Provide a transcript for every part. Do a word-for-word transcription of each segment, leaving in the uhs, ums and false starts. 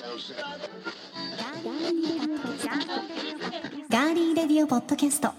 ガーリーレディオポッドキャスト。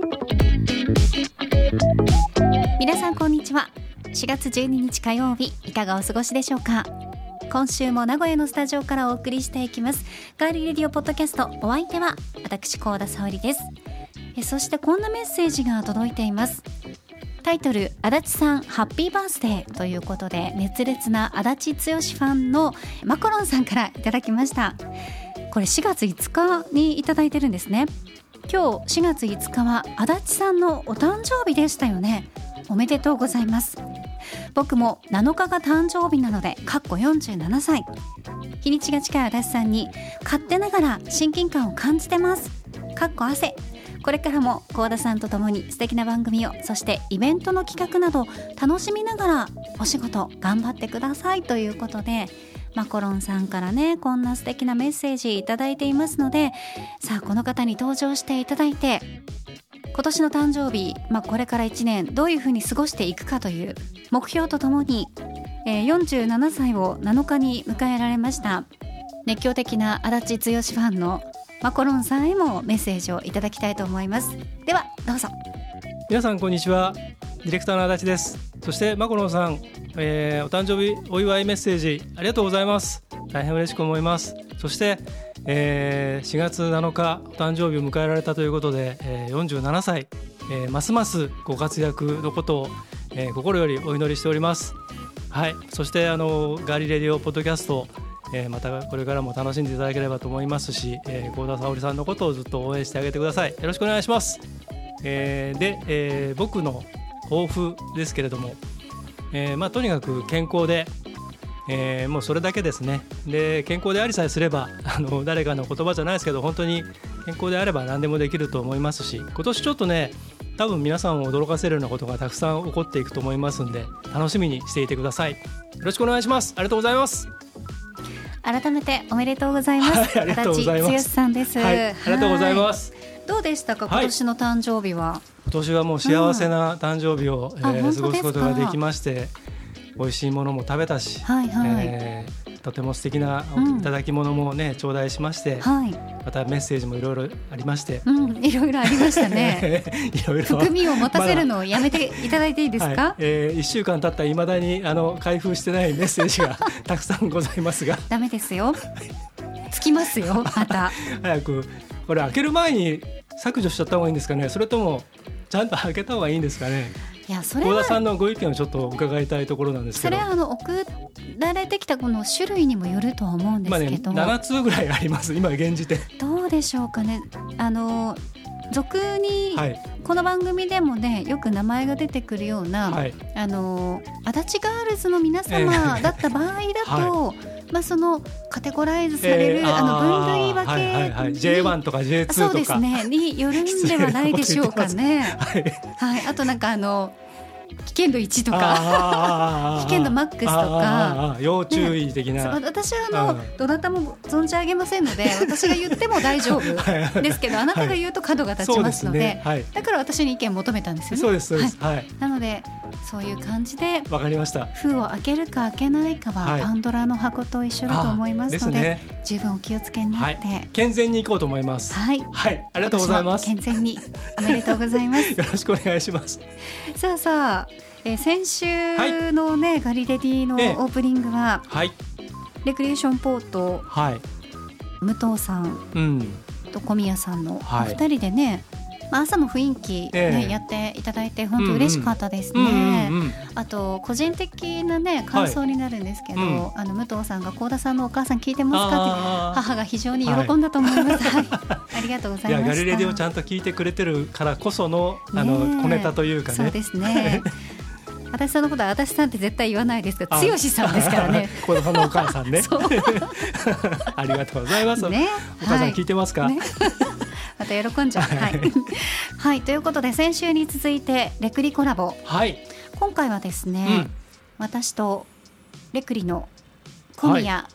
皆さんこんにちは。しがつじゅうににち火曜日、いかがお過ごしでしょうか。今週も名古屋のスタジオからお送りしていきますガーリーレディオポッドキャスト。お相手は私香田沙織です。えそしてこんなメッセージが届いています。タイトル、足立さんハッピーバースデーということで、熱烈な足立剛ファンのマカロンさんからいただきました。これしがついつかにいただいてるんですね。今日しがついつかは足立さんのお誕生日でしたよね。おめでとうございます。僕もなのかが誕生日なのでかっこよんじゅうななさい。日にちが近い足立さんに勝手ながら親近感を感じてますかっこ汗。これからも香田さんと共に素敵な番組を、そしてイベントの企画など楽しみながらお仕事頑張ってくださいということで、マコロンさんからねこんな素敵なメッセージいただいていますので、さあこの方に登場していただいて、今年の誕生日、まあ、これからいちねんどういうふうに過ごしていくかという目標とともに、えー、よんじゅうななさいをなのかに迎えられました熱狂的な足立剛ファンのマコロンさんへもメッセージをいただきたいと思います。ではどうぞ。 皆さんこんにちは。ディレクターの足立です。そしてマコロンさん、えー、お誕生日お祝いメッセージありがとうございます。大変嬉しく思います。そして、えー、しがつなのかお誕生日を迎えられたということで、えー、よんじゅうななさい、えー、ますますご活躍のことを、えー、心よりお祈りしております。はい、そしてあのガーリーレディオポッドキャスト、えー、またこれからも楽しんでいただければと思いますし、えー、香田沙織さんのことをずっと応援してあげてください。よろしくお願いします。えー、で、えー、僕の抱負ですけれども、えーまあ、とにかく健康で、えー、もうそれだけですね。で健康でありさえすれば、あの誰かの言葉じゃないですけど本当に健康であれば何でもできると思いますし、今年ちょっとね多分皆さんを驚かせるようなことがたくさん起こっていくと思いますんで、楽しみにしていてください。よろしくお願いします。ありがとうございます。 改めておめでとうございます、 はい、ありがとうございます。 足立剛さんです、 はい、ありがとうございます。 どうでしたか今年の誕生日は。はい、 今年はもう幸せな誕生日を、うんえー、過ごすことができまして、美味しいものも食べたし、はいはいえー、とても素敵ないただき物もね、うん、頂戴しまして、はい、またメッセージもいろいろありまして、 うん、いろいろありましたねいろいろ含みを持たせるのをやめていただいていいですか。 はいえー、いっしゅうかん経ったいまだにあの開封してないメッセージがたくさんございますがダメですよつきますよまた早くこれ開ける前に削除しちゃった方がいいんですかね、それともちゃんと開けた方がいいんですかね。 いやそれは香田さんのご意見をちょっと伺いたいところなんですけど。 それはあの送られてきたこの種類にもよるとは思うんですけど、 まあね、ななつうぐらいあります今現時点。 どうでしょうかね。あの俗にこの番組でもねよく名前が出てくるような、はい、あの足立ガールズの皆様だった場合だと、えーはいまあ、そのカテゴライズされる、えー、あの分類分け、はいはいはい、 ジェイワン とか ジェイツー とかそうですねによるんではないでしょうかねはいはい、あとなんかあの危険度いちとか危険度マックスとか要注意的な、 ね、私はあのどなたも存じ上げませんので私が言っても大丈夫ですけどあなたが言うと角が立ちますので、はいねはい、だから私に意見求めたんですよね。 そうですそうです、はいはい、 なのでそういう感じでわかりました。 封を開けるか開けないかはパンドラの箱と一緒だと思いますの で, で、ね、十分お気をつけになって、はい、 健全に行こうと思います。はい、はい、ありがとうございます。 健全におめでとうございますよろしくお願いします。 さあさあ、えー、先週のね、はい、ガリレディのオープニングは、はい、レクリエーションポート、はい、武藤さん、うん、と小宮さんのお二人でね、まあ、朝の雰囲気、ねえー、やっていただいて本当嬉しかったですね、うんうんうんうん、あと個人的な、ね、感想になるんですけど、はいうん、あの武藤さんが香田さんのお母さん聞いてますかって母が非常に喜んだと思います、はいはい、ありがとうございました。いやガリレディをちゃんと聞いてくれてるからこそ の, あの小ネタというかね。 そうですね足立さんのことは足立さんって絶対言わないですけど剛さんですからね香田さんのお母さんねありがとうございます、ね、お母さん聞いてますか、はいねまた喜んじゃう、はいはい、ということで先週に続いてレクリコラボ、はい、今回はですね、うん、私とレクリの小宮、はい、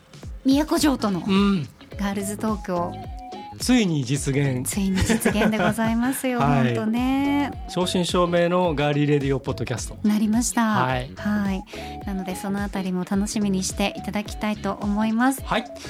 宮古城とのガールズトークをついに実現ついに実現でございますよ、はい、本当ね正真正銘のガーリーレディオポッドキャストなりました、はいはい、なのでそのあたりも楽しみにしていただきたいと思います、はい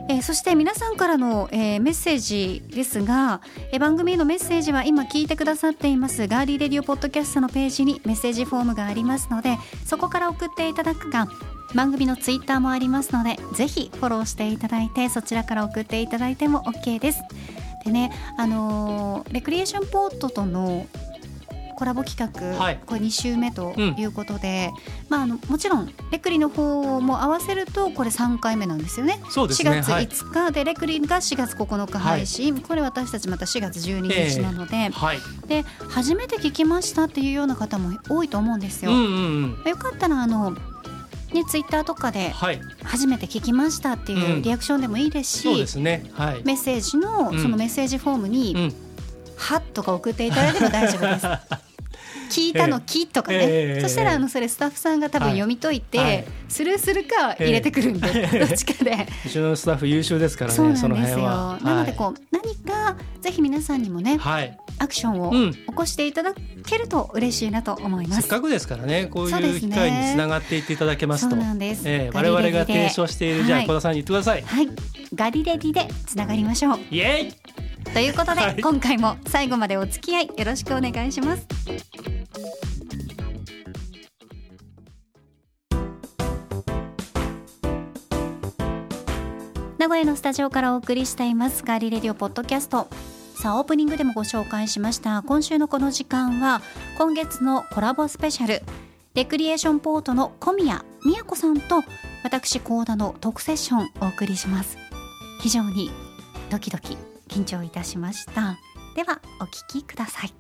えー、そして皆さんからの、えー、メッセージですが、えー、番組へのメッセージは今聞いてくださっていますガーリーレディオポッドキャストのページにメッセージフォームがありますので、そこから送っていただくか、番組のツイッターもありますのでぜひフォローしていただいて、そちらから送っていただいても OK です。でね、あのー、レクリエーションポートとのコラボ企画、はい、これに週目ということで、うん、まあ、あのもちろんレクリの方も合わせるとこれさんかいめなんですよね。 そうですね、 しがついつかで、はい、レクリがしがつここのか配信、はい、これ私たちまたしがつじゅうににちなので、えーはい、で初めて聞きましたっていうような方も多いと思うんですよ、うんうんうん、よかったらあのね、ツイッターとかで初めて聞きましたっていうリアクションでもいいですし、うん、そうですね、はい、メッセージのそのメッセージフォームに、うん、はっとか送っていただいても大丈夫です聞いたのきとかね、えー、そしたらあのそれスタッフさんが多分読み解いて、はいはい、スルーするか入れてくるんで、えー、どっちかでうちのスタッフ優秀ですからね。 そうなんですよ、 その辺は。 なのでこう、はい、何かぜひ皆さんにもね、はい、アクションを起こしていただけると嬉しいなと思います、うん、せっかくですからね、こういう機会につながっていっていただけますと。 そうなんです、 えー、我々が提唱している、じゃあ小田さんに言ってください。 はい、ガリレディでつながりましょう。 イエイということで、はい、今回も最後までお付き合いよろしくお願いします。名古屋のスタジオからお送りしていますガーリーレディオポッドキャスト。さあ、オープニングでもご紹介しました今週のこの時間は今月のコラボスペシャル、レクリエーションポートの小宮宮子さんと私高田のトークセッションをお送りします。非常にドキドキ緊張いたしました。ではお聞きください。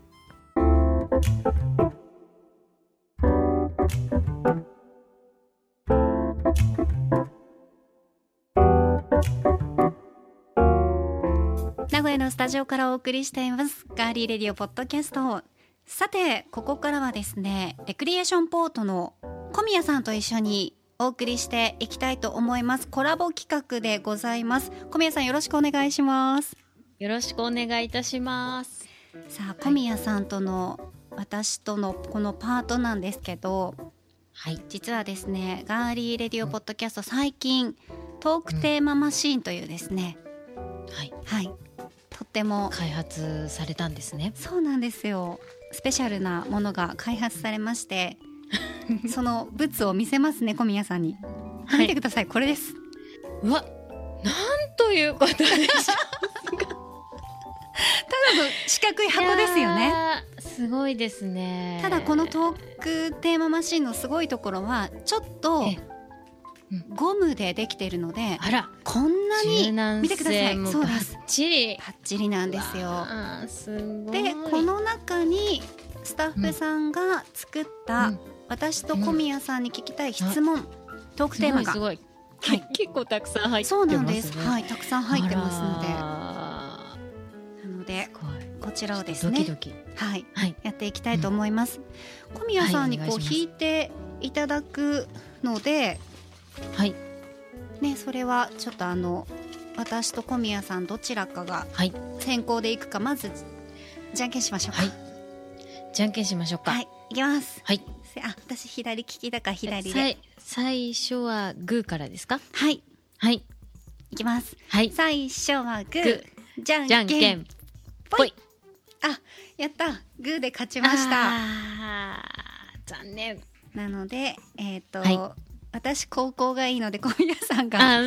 名古屋のスタジオからお送りしていますガーリーレディオポッドキャスト。さて、ここからはですね、レクリエーションポートの小宮さんと一緒にお送りしていきたいと思います。コラボ企画でございます。小宮さん、よろしくお願いします。 よろしくお願いいたします。 さあ、小宮さんとの私とのこのパートなんですけど、はい、実はですね、ガーリーレディオポッドキャスト、最近トークテーママシーンというですね、うん、はい、はい、とっても開発されたんですね。 そうなんですよ。スペシャルなものが開発されましてその物を見せますね、小宮さんに、はい、見てください、これです。 うわ、なんということでしょうかただの四角い箱ですよね。 すごいですね。 ただこのトークテーママシンのすごいところはちょっとゴムでできているので、 あら、 こんなに見てください。そうです、 バッチリバッチリなんですよ。 あ、すごい。 で、この中にスタッフさんが作った、うん、私と小宮さんに聞きたい質問、うん、トークテーマがすごい、すごい、はい、結構たくさん入ってますね。 そうなんです、はい、たくさん入ってますので、なのでこちらをですね、 ドキドキ、 はいはい、やっていきたいと思います、うん、小宮さんにこう、はい、弾いていただくので、はいね、それはちょっとあの私と小宮さんどちらかが先行でいくか、まずじゃんけんしましょうか。はい、 じゃんけんしましょうか。 はい、いきます。 はい、 あ、私左利きだから左で。 最初はグーからですか。 はいはい、 いきます。 はい、 最初はグー、じゃんけん、 けんぽい。あ、やった、グーで勝ちました。 あ、残念。 なので、えっと、はい、私高校がいいので小宮さんが、 はい、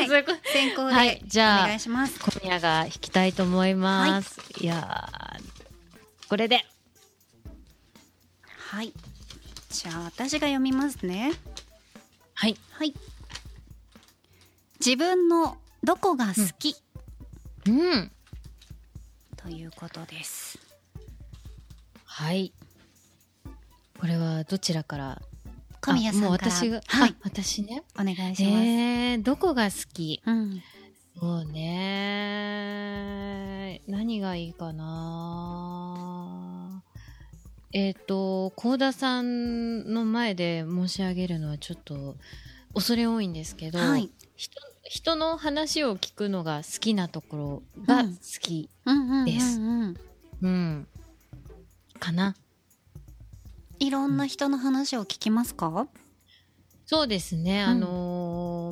先行でお願いします。 小宮が弾きたいと思います、はい、いやこれで、 はい、じゃあ私が読みますね。 はい、 はい、自分のどこが好き、 うん、うん、 ということです。 はい、これはどちらから。 小宮さんから。 もう私が、はい、私ね、 お願いします。 えー、どこが好き、うん、そうね、何がいいかな。えっと幸田さんの前で申し上げるのはちょっと恐れ多いんですけど、はい、人, 人の話を聞くのが好きなところが好きです。うんかな。 いろんな人の話を聞きますか？ そうですね、うん、あのー、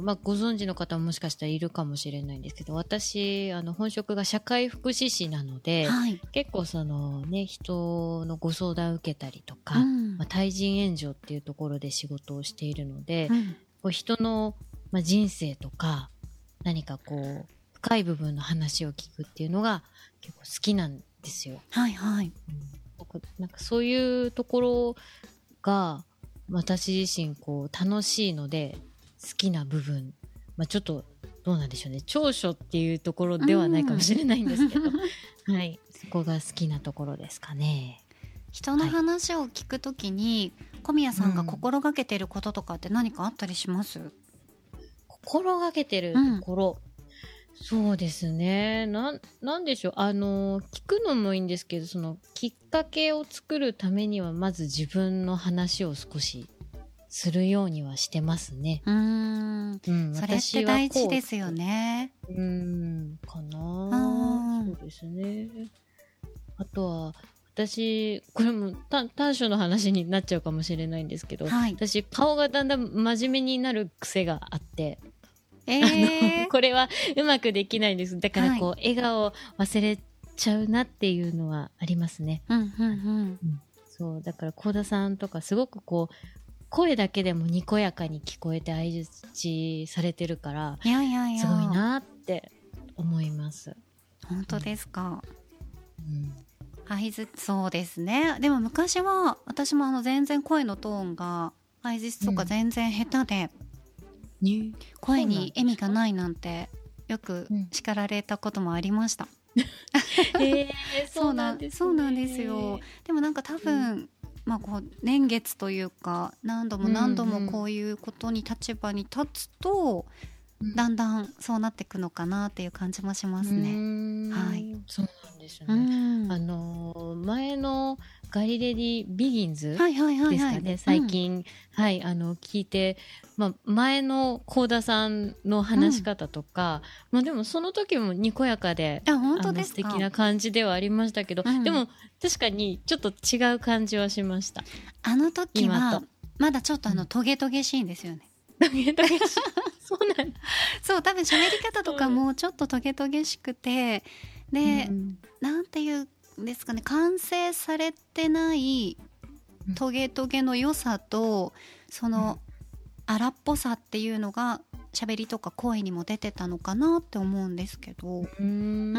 まあ、ご存知の方ももしかしたらいるかもしれないんですけど、私あの本職が社会福祉士なので、はい、結構そのね人のご相談を受けたりとか、うん、まあ、対人援助っていうところで仕事をしているので、うん、こう人の、まあ、人生とか何かこう深い部分の話を聞くっていうのが結構好きなんですよ。 はいはい、 うん、なんかそういうところが私自身こう楽しいので好きな部分、まあ、ちょっとどうなんでしょうね、長所っていうところではないかもしれないんですけど、はい、そこが好きなところですかね。 人の話を聞くときに、はい、小宮さんが心がけてることとかって何かあったりします？うん、 心がけてるところ、うん、そうですね、な、なんでしょう、あの聞くのもいいんですけど、そのきっかけを作るためにはまず自分の話を少しするようにはしてますね。 うーん、うん、それって大事ですよね。 うーんかな。そうですね。あとは私これも短所の話になっちゃうかもしれないんですけど、はい、私顔がだんだん真面目になる癖があって、えー、これはうまくできないんです。だからこう、はい、笑顔を忘れちゃうなっていうのはありますね。 うんうんうんうん、 そうだから幸田さんとかすごくこう声だけでもにこやかに聞こえて相づちされてるから、 いやいやいやすごいなって思います。 本当ですか。 うん、 相づち、そうですね。でも昔は私もあの全然声のトーンが相づちとか全然下手で、うん、声に笑みがないなんてよく叱られたこともありました。 うん、えー、そうなんですね。 そうなんですよ。でもなんか多分、うん、まあ、こう年月というか何度も何度もこういうことに立場に立つと、うんうん、だんだんそうなっていくのかなっていう感じもしますね。はい、 そうなんですよね。うん、あの前のガリレディビギンズですかね、はいはいはいはい、最近、うん、はい、あの聞いて、まあ、前の幸田さんの話し方とか、うん、まあ、でもその時もにこやかで、 あ、本当ですか？ あの素敵な感じではありましたけど、うん、でも確かにちょっと違う感じはしました。 あの時はまだちょっとあのトゲトゲしいんですよね。 トゲトゲしいそうなんだ。 そう、多分喋り方とかもちょっとトゲトゲしくて、で、うん、なんていうんですかね、完成されてないトゲトゲの良さと、その荒っぽさっていうのが喋りとか声にも出てたのかなって思うんですけど、 うーん、うん、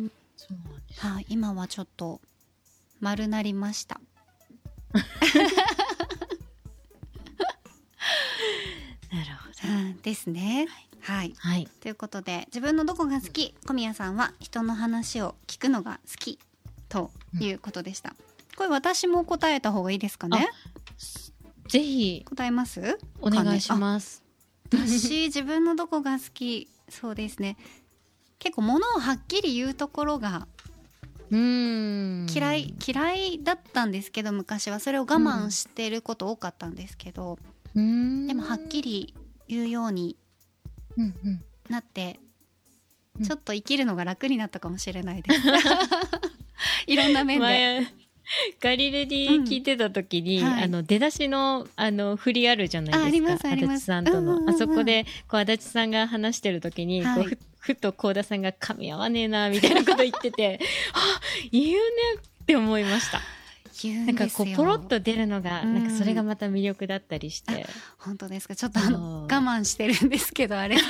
そうなんです、 はい、今はちょっと丸なりましたなるほど、 うん、ですね。はい、 はい、 ということで、自分のどこが好き、小宮さんは人の話を聞くのが好きということでした、うん、これ私も答えた方がいいですかね。 ぜひ答えます？ お願いします。 私自分のどこが好き、そうですね、結構物をはっきり言うところがうーん嫌い嫌いだったんですけど、昔はそれを我慢してること多かったんですけど、 うん、 でもはっきり言うようになって、うんうん、ちょっと生きるのが楽になったかもしれないです、うん、いろんな面で。 ガリレディ聞いてた時に、うん、はい、あの出だしのあの振りあるじゃないですか、足立さんとの、うんうんうん、あそこでこう足立さんが話してる時に、はい、こう ふ, ふと幸田さんが噛み合わねえなみたいなこと言っててあ、言うねって思いました。 言うんですよ。 なんかこうポロッと出るのが、うん、なんかそれがまた魅力だったりして。 本当ですか？ちょっとあの我慢してるんですけど、あれ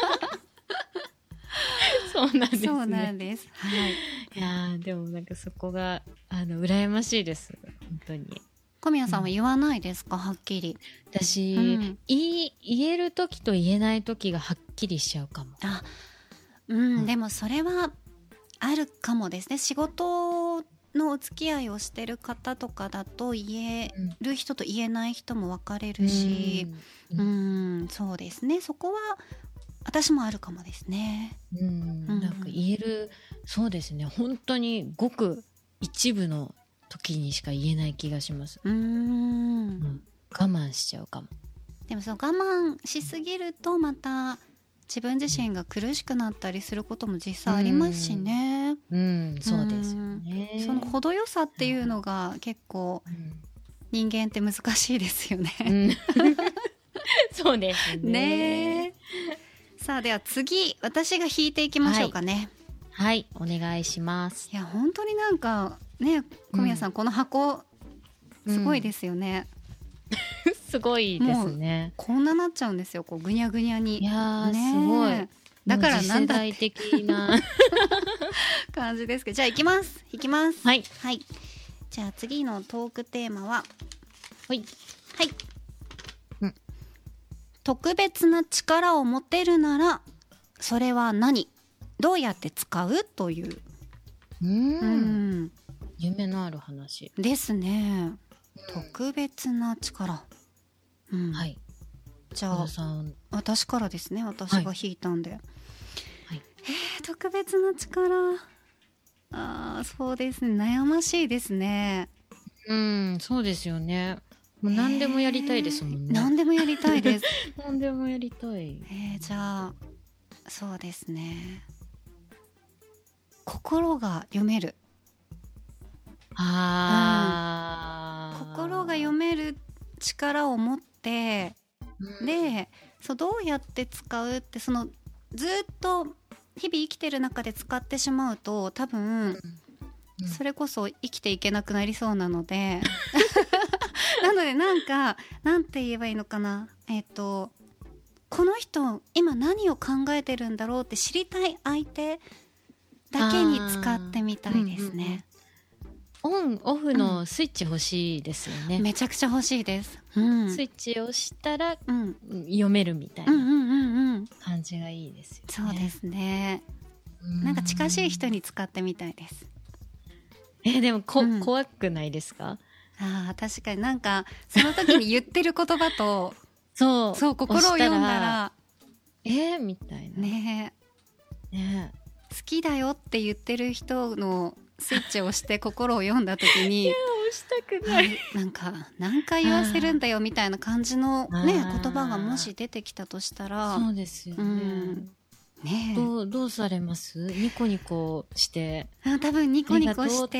そうなんですね。 そうなんです。はい。 いやでもなんかそこがあの羨ましいです。本当に。 小宮さんは言わないですか、うん、はっきり。 私、うん、言い言える時と言えない時がはっきりしちゃうかも。 あ、うん、うん、でもそれはあるかもですね。仕事のお付き合いをしてる方とかだと言える人と言えない人も分かれるし、うん、うん、そうですね。そこは私もあるかもですね。 うん、なんか言える、そうですね。本当にごく一部の時にしか言えない気がします。 うーん、うん、 我慢しちゃうかも。 でもその我慢しすぎるとまた自分自身が苦しくなったりすることも実際ありますしね。 うん、うん、そうですよね。 その程よさっていうのが結構人間って難しいですよね。 うん、そうですね。 ねさあでは次私が引いていきましょうかね。 はい、はい、お願いします。 いや本当になんかね小宮さん、うん、この箱すごいですよね、 うん、すごいですね。 こんななっちゃうんですよ、こうぐにゃぐにゃに。 いやー、ね、すごい。だからなんだって次世代的な感じですけど、じゃあ行きます行きます。 はい、 はい、じゃあ次のトークテーマははいはい、うん、特別な力を持てるならそれは何、どうやって使うという、 うーん、うん、夢のある話ですね。特別な力、うん、はい。じゃあ私からですね。私が引いたんで、はいはい、えー、特別な力、あ、そうですね、悩ましいですね。 うん、そうですよね。もう何でもやりたいですもんね。 何でもやりたいです何でもやりたい。 えー、じゃあそうですね、心が読める。 あ、 うん、心が読める力を持って、うん、でそうどうやって使うって、そのずっと日々生きてる中で使ってしまうと多分、うんうん、それこそ生きていけなくなりそうなのでなのでなんかなんて言えばいいのかな、えっとこの人今何を考えてるんだろうって知りたい相手だけに使ってみたいですね。 オンオフのスイッチ欲しいですよね、 うん、めちゃくちゃ欲しいです、うん、 スイッチを押したら、うん、読めるみたいな感じがいいですよね、 うんうんうんうん、そうですね。なんか近しい人に使ってみたいです。 えでもこ、うん、怖くないですか？ あ、確かになんかその時に言ってる言葉とそうそう心を読んだらえー、みたいなねえ、ねえ、好きだよって言ってる人のスイッチを押して心を読んだ時にいや押したくない、 なんか何回言わせるんだよみたいな感じの、ね、言葉がもし出てきたとしたら、 そうですよね、うん、ねえ、どう、どうされます？ニコニコして、 あ、多分ニコニコして、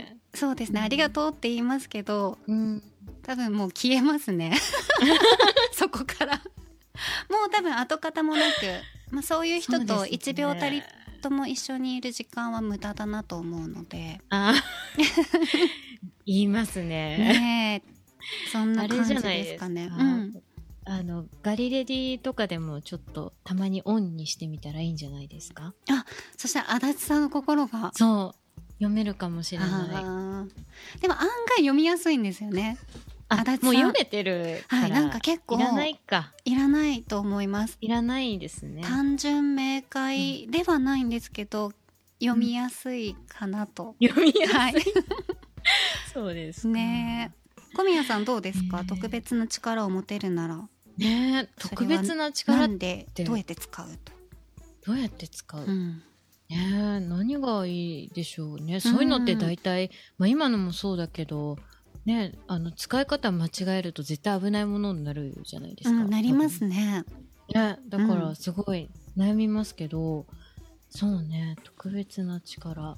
そうですね、うん、ありがとうって言いますけど、うん、多分もう消えますねそこからもう多分跡形もなく、まあ、そういう人といちびょうたりとも一緒にいる時間は無駄だなと思うので。あ言いますね。 ねえ、そんな感じですかね。 あ、うん、あのガリレディとかでもちょっとたまにオンにしてみたらいいんじゃないですか？ あ、そしたら足立さんの心がそう読めるかもしれない。 でも案外読みやすいんですよね。 あ、もう読めてるから、はい、 なんか結構いらないか、 いらないと思います。 いらないですね。 単純明快ではないんですけど、うん、読みやすいかなと、 うん、読みやすい、はい、そうですね。小宮さんどうですか？特別な力を持てるならね、特別な力ってどうやって使うと、 どうやって使う、うん、ね、何がいいでしょうね。そういうのって大体、うん、まあ、今のもそうだけどね、あの使い方間違えると絶対危ないものになるじゃないですか、 うん、なりますね。 ね、だからすごい悩みますけど、うん、そうね、特別な力、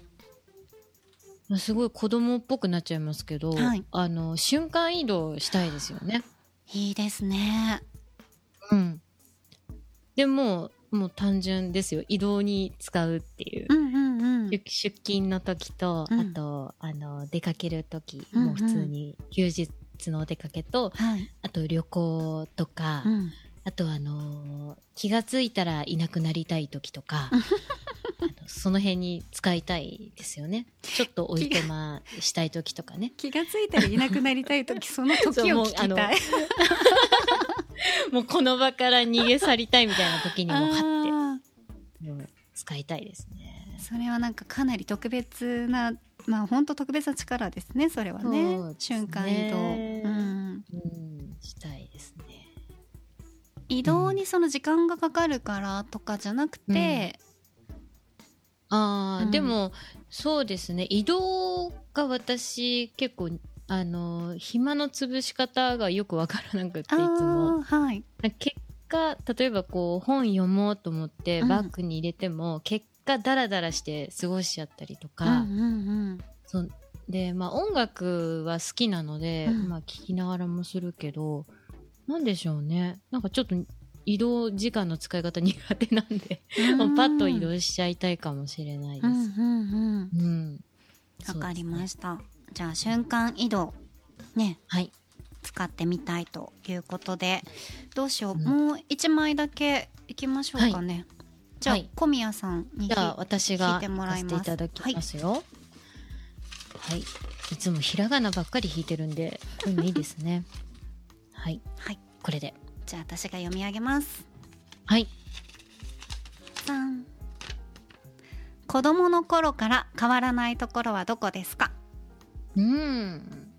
すごい子供っぽくなっちゃいますけど、はい、あの瞬間移動したいですよね。 いいですね。 うん。でももう単純ですよ、移動に使うっていう、 うんうんうん、 出勤の時と、うん、あとあの出かける時、うんうん、もう普通に休日のお出かけと、はい、あと旅行とか、うん、あとあの気がついたらいなくなりたい時とかあのその辺に使いたいですよね。ちょっとおいとましたい時とかね。 気がついたらいなくなりたい時その時を聞きたいもうこの場から逃げ去りたいみたいな時にもはってもう使いたいですね。 それはなんかかなり特別な、まあ本当特別な力ですね、それは ね, ね瞬間移動、うん、 うん、したいですね。 移動にその時間がかかるからとかじゃなくて、 うん、あ、うん、でもそうですね、移動が私結構あの暇の潰し方がよくわからなくて、いつも、はい、結果例えばこう本読もうと思ってバッグに入れても、うん、結果ダラダラして過ごしちゃったりとか、うんうんうん、そうで、まあ、音楽は好きなので、うん、まあ、聞きながらもするけど、なんでしょうね、なんかちょっと移動時間の使い方苦手なんでもうパッと移動しちゃいたいかもしれないです。うんうんうん。うん。 わかりました。ね、じゃあ瞬間移動ね、はい、使ってみたいということで、どうしよう、うん、もう一枚だけいきましょうかね。はい、じゃあ、はい、小宮さんにじゃあ私が弾いていただきますよ。はい、はい、いつもひらがなばっかり弾いてるんでこれもいいですね。はい、はい、これでじゃあ私が読み上げます。 はい。 さん、子供の頃から変わらないところはどこですか？ うーん、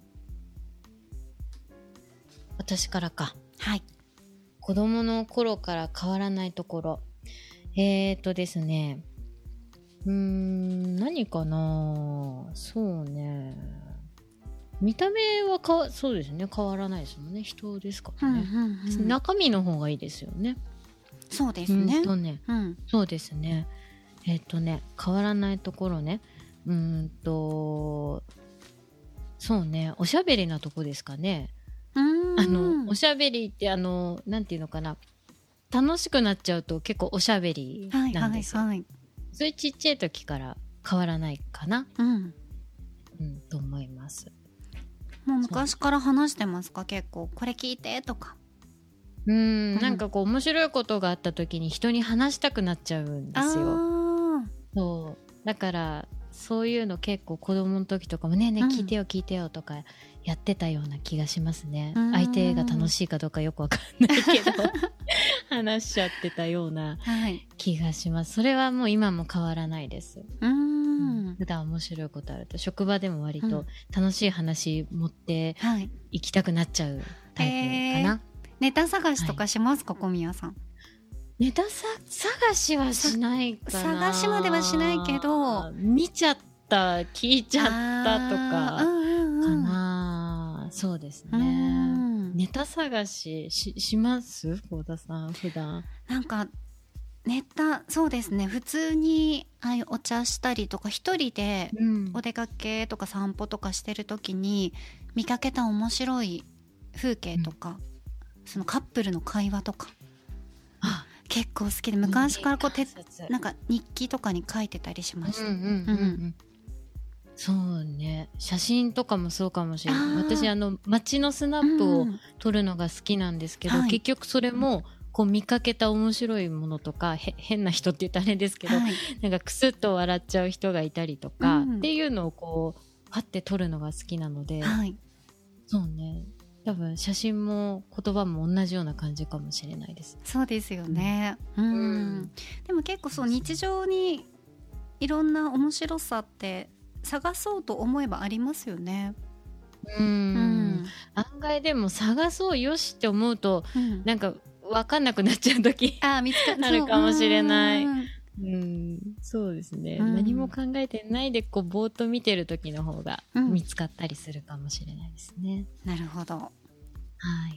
私からか。 はい。 子供の頃から変わらないところ、えーとですね、うーん、何かな。そうね、見た目はかわそうですね、変わらないですもんね。人ですからね、うんうんうん、中身の方がいいですよね。 そうですね。 うんとね、うん、そうですね。えっとね、変わらないところね。うーんと、そうね、おしゃべりなとこですかね。 うーん、 あのおしゃべりってあのなんていうのかな、楽しくなっちゃうと結構おしゃべりなんですよ。はいはいはい、そういうちっちゃい時から変わらないかな。うん、うん、と思います。 もう昔から話してますか？結構これ聞いてとか。 うーん、なんかこう面白いことがあった時に人に話したくなっちゃうんですよ。そうだからそういうの結構子供の時とかもねえねえ聞いてよ聞いてよとかやってたような気がしますね。うん、相手が楽しいかどうかよくわかんないけど話しちゃってたような気がします。それはもう今も変わらないです。 うん、 普段面白いことあると職場でも割と楽しい話持って行きたくなっちゃうタイプかな。 えー、ネタ探しとかしますか、はい、小宮さん？ ネタさ探しはしないかな。 探しまではしないけど見ちゃった聞いちゃったとかかな。そうですね。ネタ探し し, します幸田さん普段？ なんかネタ、そうですね、普通にああいうお茶したりとか一人でお出かけとか散歩とかしてる時に見かけた面白い風景とか、うん、そのカップルの会話とか結構好きで、昔からこうてなんか日記とかに書いてたりしました。うんうんうんうん、 そうね、写真とかもそうかもしれない。私あの街のスナップを撮るのが好きなんですけど、うん、結局それもこう見かけた面白いものとかへ変な人って言ったらあれですけど、はい、なんかクスッと笑っちゃう人がいたりとか、うん、っていうのをこうパッて撮るのが好きなので、はい、そうね、多分写真も言葉も同じような感じかもしれないです。 そうですよね、うんうん、でも結構そう日常にいろんな面白さって探そうと思えばありますよね。 うん、うん、案外でも探そうよしって思うと、うん、なんか分かんなくなっちゃう時あ見つかあるかもしれない。うん、うん、そうですね、うん、何も考えてないでこうぼーっと見てる時の方が見つかったりするかもしれないですね。 うん、なるほど。 はい。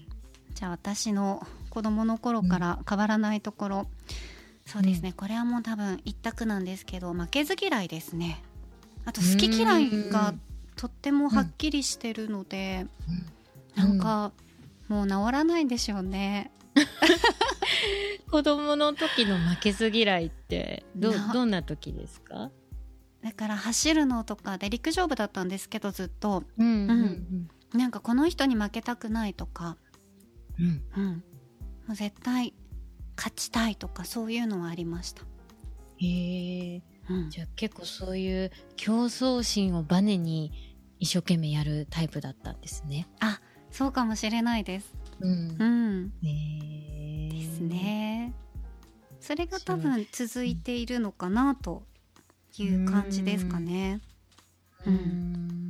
じゃあ私の子供の頃から変わらないところ、うん、そうですね、これはもう多分一択なんですけど、負けず嫌いですね。あと好き嫌いがとってもはっきりしてるので、うんうん、なんかもう治らないんでしょうね。 子供の時の負けず嫌いってど, どんな時ですか？ だから走るのとかで陸上部だったんですけどずっと、うんうんうんうん、なんかこの人に負けたくないとか、うんうん、もう絶対勝ちたいとかそういうのはありました。 へえ、うん、じゃあ結構そういう競争心をバネに一生懸命やるタイプだったんですね。 あ、そうかもしれないです。うんうん、 ね、 ですね。それが多分続いているのかなという感じですかね。うん、うん、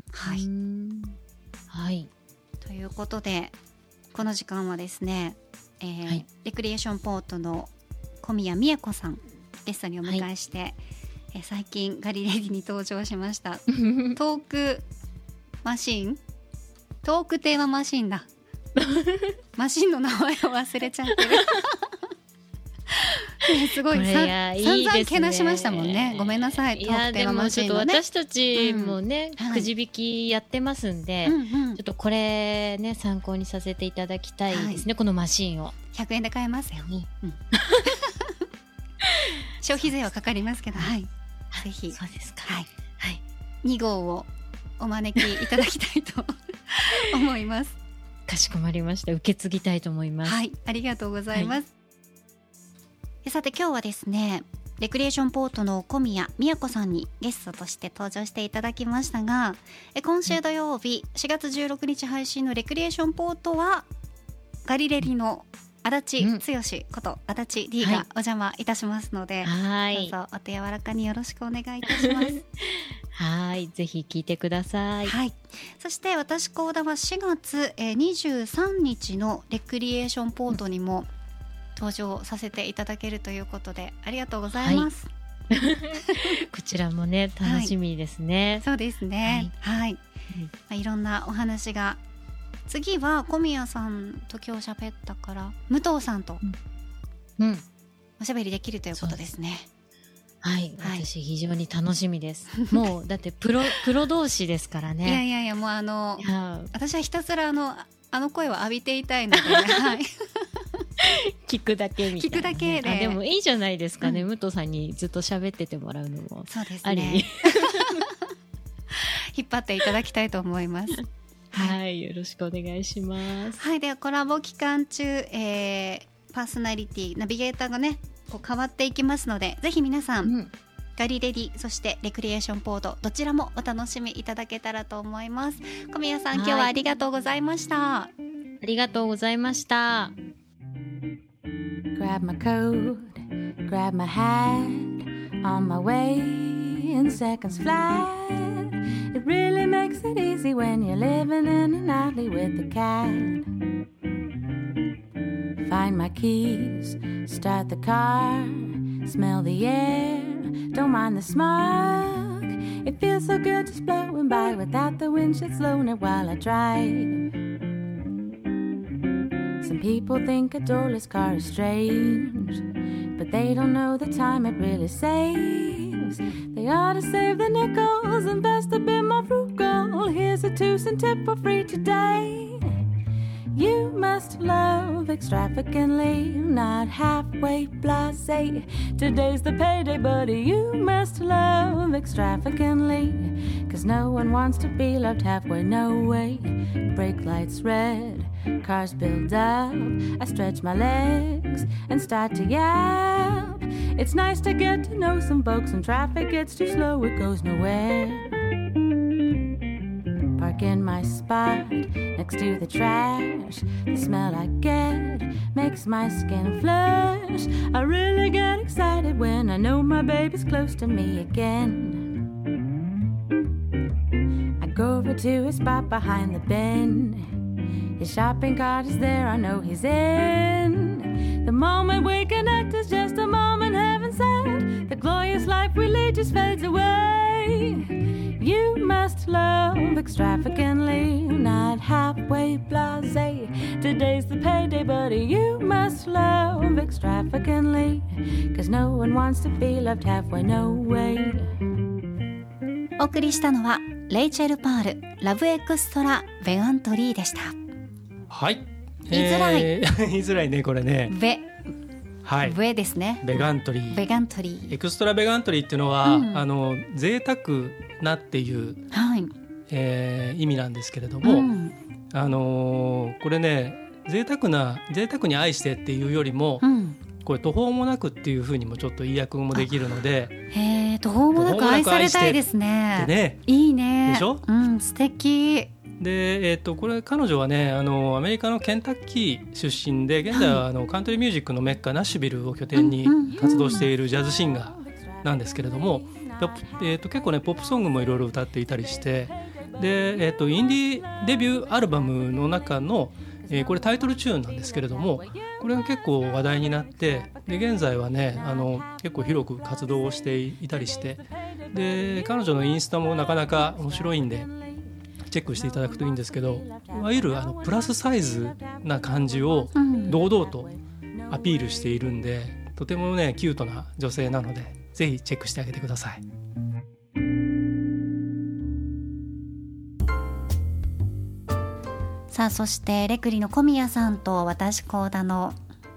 はい、 はい、 ということでこの時間はですね、えーはい、レクリエーションポートの小宮美恵子さんゲストにお迎えして、はい、えー、最近ガリレディに登場しましたトークマシントークテーママシンだマシンの名前を忘れちゃってるすごいさ散々けなしましたもんね。ごめんなさい。 いやでもちょっと私たちもね、うん、くじ引きやってますんで、はい、ちょっとこれね参考にさせていただきたいですね、はい、このマシンを。 ひゃくえんで買えますよ、うん、消費税はかかりますけど、はい、ぜひそうですか、 はいはい、に号をお招きいただきたいと思います。 かしこまりました。受け継ぎたいと思います。 はい、ありがとうございます、はい、さて今日はですね、レクリエーションポートの小宮宮子さんにゲストとして登場していただきましたが、え今週土曜日しがつじゅうろくにち配信のレクリエーションポートはガリレリの足立剛こと足立 D がお邪魔いたしますので、はい、どうぞお手柔らかによろしくお願いいたしますはい、ぜひ聞いてください。 はい、そして私コーダはしがつにじゅうさんにちのレクリエーションポートにも登場させていただけるということでありがとうございます、 はい、こちらもね楽しみですね、 はい、そうですね、はい、はい、まあ、いろんなお話が、次は小宮さんと今日喋ったから武藤さんとおしゃべりできるということですね。 はい、はい、私非常に楽しみですもうだってプロプロ同士ですからね。 いやいやいや、もうあの私はひたすらあのあの声を浴びていたいので、はい、 聞くだけみたいな、ね、 聞くだけで。 あでもいいじゃないですかね、うん、武藤さんにずっと喋っててもらうのもそうですね引っ張っていただきたいと思いますはい、よろしくお願いします。 はい、ではコラボ期間中、えー、パーソナリティナビゲーターがねこう変わっていきますので、ぜひ皆さん、うん、ガリレディそしてレクリエーションポートどちらもお楽しみいただけたらと思います。小宮さん、今日はありがとうございました。 ありがとうございました。 Grab my coat, grab my hat, on my way in seconds flat. It really makes it easy when you're living in an alley with a cat. Find my keys, start the car, smell the air, don't mind the smog. It feels so good just blowing by without the windshield slowing it while I drive. Some people think a doorless car is strange, but they don't know the time it really saves. They ought to save the nickels, invest a bit more frugal. Here's a two-cent tip for free today. You must love extravagantly, not halfway blasé. Today's the payday, buddy. You must love extravagantly, 'cause no one wants to be loved halfway, no way. Brake lights red, cars build up. I stretch my legs and start to yap. It's nice to get to know some folks. When traffic gets too slow, it goes nowhere. Park in my spot next to the trash. The smell I get makes my skin flush. I really get excited when I know my baby's close to me again. I go over to his spot behind the bin. His shopping cart is there, I know he's in. The moment we connect is just a moment heaven sent. The glorious life we lead just fades away. You must love extravagantly, not halfway blasé. Today's the payday, buddy. You must love extravagantly, 'cause no one wants to be loved halfway, no way. お送りしたのはレイチェル・パールラブエクストラベガントリーでした。 はい、 言いづらい、 えー、言いづらいねこれね。 ベはい、 ベですね。 ベガントリー。 ベガントリー。 エクストラベガントリーっていうのは、うん、あの贅沢なっていう、 はい、 えー、意味なんですけれども、うん、あのー、これね贅沢な贅沢に愛してっていうよりも、うん、これ途方もなくっていうふうにもちょっと意訳もできるので、 へー、途方もなく愛されたいですね。 ね、 いいね。 でしょ？ うん、素敵。 で、えー、とこれ彼女はねあのアメリカのケンタッキー出身で現在はあのカントリーミュージックのメッカナッシュビルを拠点に活動しているジャズシンガーなんですけれども、えー、と結構ねポップソングもいろいろ歌っていたりして、で、えー、とインディーデビューアルバムの中の、えー、これタイトルチューンなんですけれども、これが結構話題になって、で現在はねあの結構広く活動をしていたりして、で彼女のインスタもなかなか面白いんでチェックしていただくといいんですけど、いわゆるあのプラスサイズな感じを堂々とアピールしているんで、うん、とてもねキュートな女性なのでぜひチェックしてあげてください。 さあそしてレクリの小宮さんと私コーダの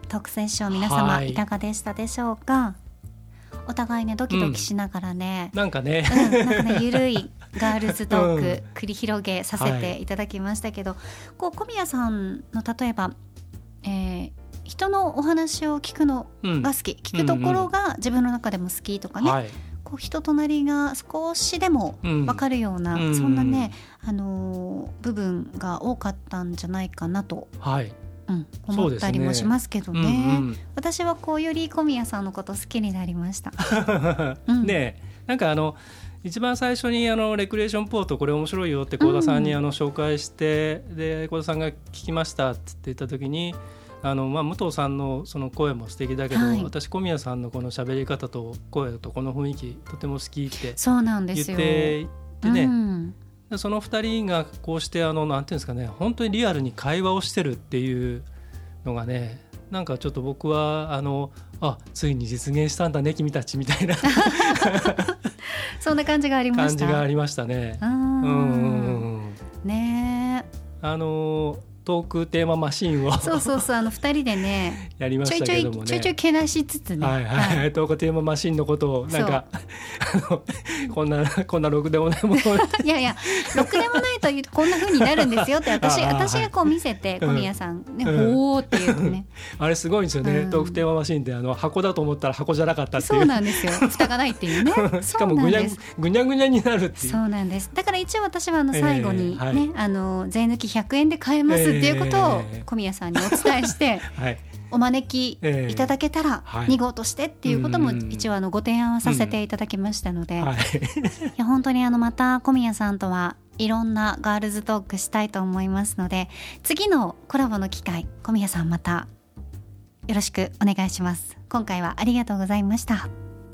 トークセッション皆様いかがでしたでしょうか。お互いねドキドキしながらね、 うん、なんかね、 うん、なんかねゆるいガールズトーク繰り広げさせていただきましたけど、はい、こう小宮さんの例えば、えー、人のお話を聞くのが好き、うん、聞くところが自分の中でも好きとかね、うんうん、こう人となりが少しでも分かるような、うん、そんなね、あのー、部分が多かったんじゃないかなと、はいうん、思ったりもしますけど ね, ね、うんうん、私はこうより小宮さんのこと好きになりました、 うん、ねえなんかあの一番最初にあのレクリエーションポートこれ面白いよって幸田さんにあの紹介して、うん、で幸田さんが聞きましたって言った時にあの、まあ、武藤さんのその声も素敵だけど、はい、私小宮さんのこの喋り方と声とこの雰囲気とても好きってそうなんですよ言っていてね、 うんそのふたりがこうしてあのなんていうんですかね本当にリアルに会話をしてるっていうのがねなんかちょっと僕はあのあついに実現したんだね君たちみたいなそんな感じがありました感じがありましたね。 うんうんねあのトークテーママシーンをそうそうそうあのふたりでねやりましたけどもねちょいちょいちょいちょいけなしつつね、 はいはいはい、トークテーママシーンのことをなんかあのこんなこんなろくでもないものいやいやろくでもないというとこんな風になるんですよって私私がこう見せて小宮さんね、うん、ほーっていうねあれすごいんですよね、うん、トークテーママシーンってあの箱だと思ったら箱じゃなかったっていうそうなんですよ蓋がないっていうねしかもぐにゃぐにゃぐにゃになるっていうそうなんですだから一応私はあの最後にね、えーはい、あの税抜きひゃくえんで買えますっていうことを、えー小宮さんにお伝えして、はい、お招きいただけたらに号としてっていうことも一応あのご提案はさせていただきましたので、うんはい、いや本当にあのまた小宮さんとはいろんなガールズトークしたいと思いますので次のコラボの機会小宮さんまたよろしくお願いします。今回はありがとうございました。